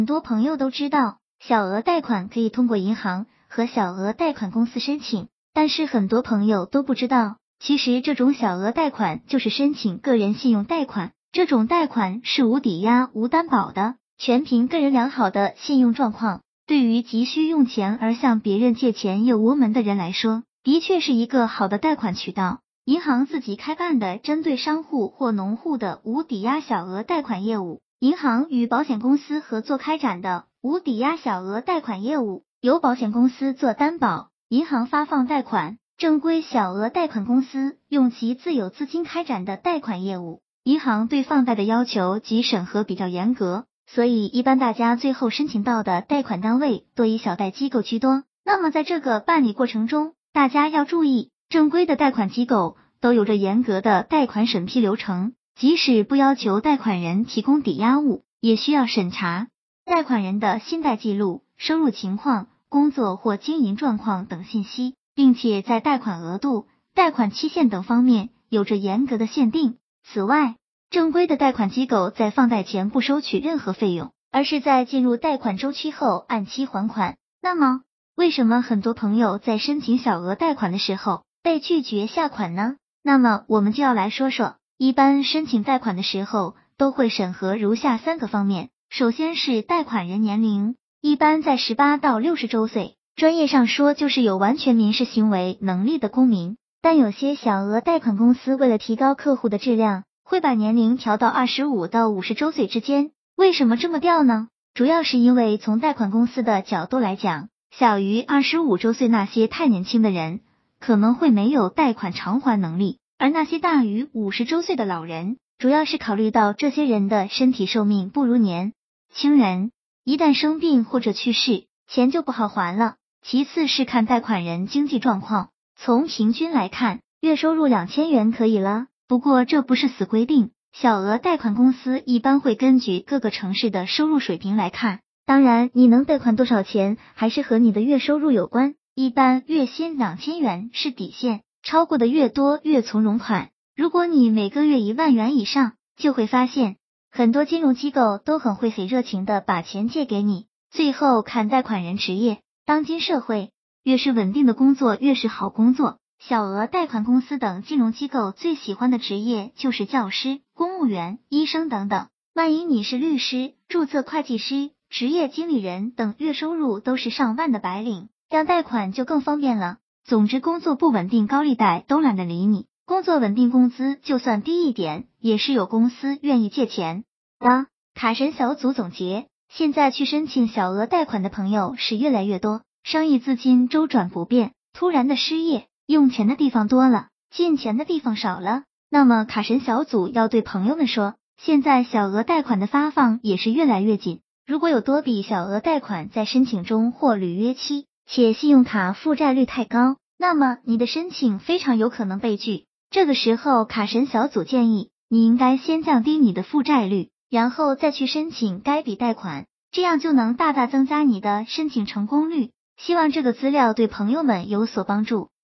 很多朋友都知道，小额贷款可以通过银行和小额贷款公司申请，但是很多朋友都不知道，其实这种小额贷款就是申请个人信用贷款，这种贷款是无抵押、无担保的，全凭个人良好的信用状况。对于急需用钱而向别人借钱又无门的人来说，的确是一个好的贷款渠道。银行自己开办的针对商户或农户的无抵押小额贷款业务，银行与保险公司合作开展的无抵押小额贷款业务，由保险公司做担保，银行发放贷款。正规小额贷款公司用其自有资金开展的贷款业务，银行对放贷的要求及审核比较严格，所以一般大家最后申请到的贷款单位多以小贷机构居多。那么在这个办理过程中，大家要注意，正规的贷款机构都有着严格的贷款审批流程，即使不要求贷款人提供抵押物，也需要审查贷款人的信贷记录、收入情况、工作或经营状况等信息，并且在贷款额度、贷款期限等方面有着严格的限定。此外，正规的贷款机构在放贷前不收取任何费用，而是在进入贷款周期后按期还款。那么，为什么很多朋友在申请小额贷款的时候被拒绝下款呢？那么我们就要来说说，一般申请贷款的时候都会审核如下3个方面。首先是贷款人年龄，一般在18到60周岁，专业上说就是有完全民事行为能力的公民。但有些小额贷款公司为了提高客户的质量，会把年龄调到25到50周岁之间。为什么这么调呢？主要是因为从贷款公司的角度来讲，小于25周岁那些太年轻的人可能会没有贷款偿还能力，而那些大于50周岁的老人，主要是考虑到这些人的身体寿命不如年轻人，一旦生病或者去世，钱就不好还了。其次是看贷款人经济状况，从平均来看，月收入2000元可以了，不过这不是死规定，小额贷款公司一般会根据各个城市的收入水平来看。当然，你能贷款多少钱还是和你的月收入有关，一般月薪2000元是底线，超过的越多越从容款。如果你每个月1万元以上，就会发现很多金融机构都很热情的把钱借给你。最后看贷款人职业，当今社会越是稳定的工作越是好工作，小额贷款公司等金融机构最喜欢的职业就是教师、公务员、医生等等。万一你是律师、注册会计师、职业经理人等月收入都是上万的白领，要贷款就更方便了。总之，工作不稳定，高利贷都懒得理你；工作稳定，工资就算低一点，也是有公司愿意借钱的。卡神小组总结，现在去申请小额贷款的朋友是越来越多，生意资金周转不便，突然的失业，用钱的地方多了，进钱的地方少了。那么卡神小组要对朋友们说，现在小额贷款的发放也是越来越紧，如果有多笔小额贷款在申请中或履约期，且信用卡负债率太高，那么你的申请非常有可能被拒。这个时候卡神小组建议你应该先降低你的负债率，然后再去申请该笔贷款，这样就能大大增加你的申请成功率。希望这个资料对朋友们有所帮助。